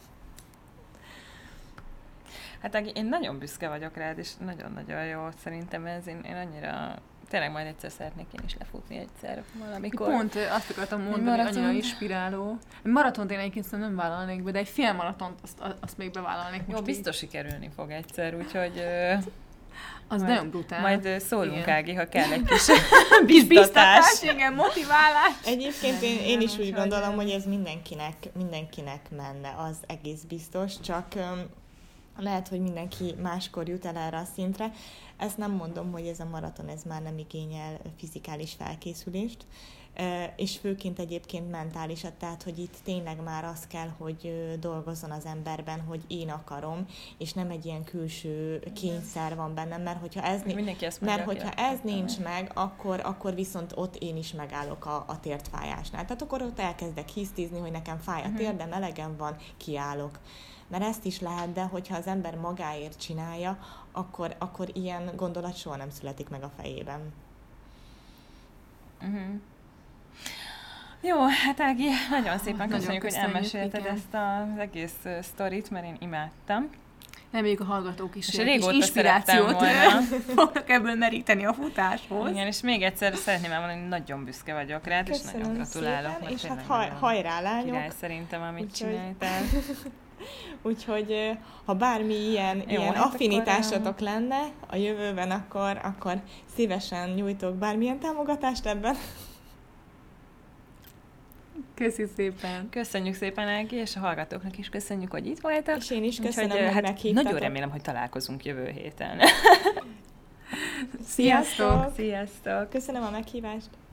Speaker 2: Hát én nagyon büszke vagyok rád, és nagyon-nagyon jó szerintem ez. Én annyira... Tényleg majd egyszer szeretnék én is lefutni egyszer valamikor.
Speaker 4: Pont azt akartam mondani, hogy annyira inspiráló. Maratont én egyébként nem vállalnék be, de egy fél maratont azt még bevállalnék.
Speaker 2: Jó, biztos sikerülni fog egyszer, úgyhogy...
Speaker 4: Az nagyon brutál.
Speaker 2: Majd szólunk, Ági, ha kell egy kis
Speaker 4: biztatás, igen, motiválás.
Speaker 3: Egyébként én is úgy gondolom, hogy ez mindenkinek menne, az egész biztos, csak lehet, hogy mindenki máskor jut el erre a szintre. Ezt nem mondom, hogy ez a maraton ez már nem igényel fizikális felkészülést, és főként egyébként mentálisat, tehát hogy itt tényleg már az kell, hogy dolgozzon az emberben, hogy én akarom, és nem egy ilyen külső kényszer van bennem, mert hogyha ez nincs meg, akkor viszont ott én is megállok a tértfájásnál. Tehát akkor ott elkezdek hisztizni, hogy nekem fáj a térdem, elegem van, kiállok. Mert ezt is lehet, de hogyha az ember magáért csinálja, akkor ilyen gondolat soha nem születik meg a fejében.
Speaker 2: Jó, hát Ági, nagyon szépen köszönjük, hogy elmesélted ezt az egész sztorit, mert én imádtam.
Speaker 4: Reméljük a hallgatók is
Speaker 2: inspirációt
Speaker 4: fognak ebből meríteni a futáshoz.
Speaker 2: Igen, és még egyszer szeretném elmondani, hogy nagyon büszke vagyok rád, és nagyon gratulálok.
Speaker 3: Szépen, és hát hajrá, lányok!
Speaker 2: Király szerintem, amit csináltál.
Speaker 3: Úgyhogy ha bármi ilyen affinitásatok lenne a jövőben, akkor szívesen nyújtok bármilyen támogatást ebben.
Speaker 4: Köszi szépen.
Speaker 2: Köszönjük szépen, Ági, és a hallgatóknak is köszönjük, hogy itt voltak.
Speaker 3: És én is köszönöm, hogy meghívtatok.
Speaker 2: Nagyon remélem, hogy találkozunk jövő héten.
Speaker 4: Sziasztok!
Speaker 2: Sziasztok!
Speaker 3: Köszönöm a meghívást!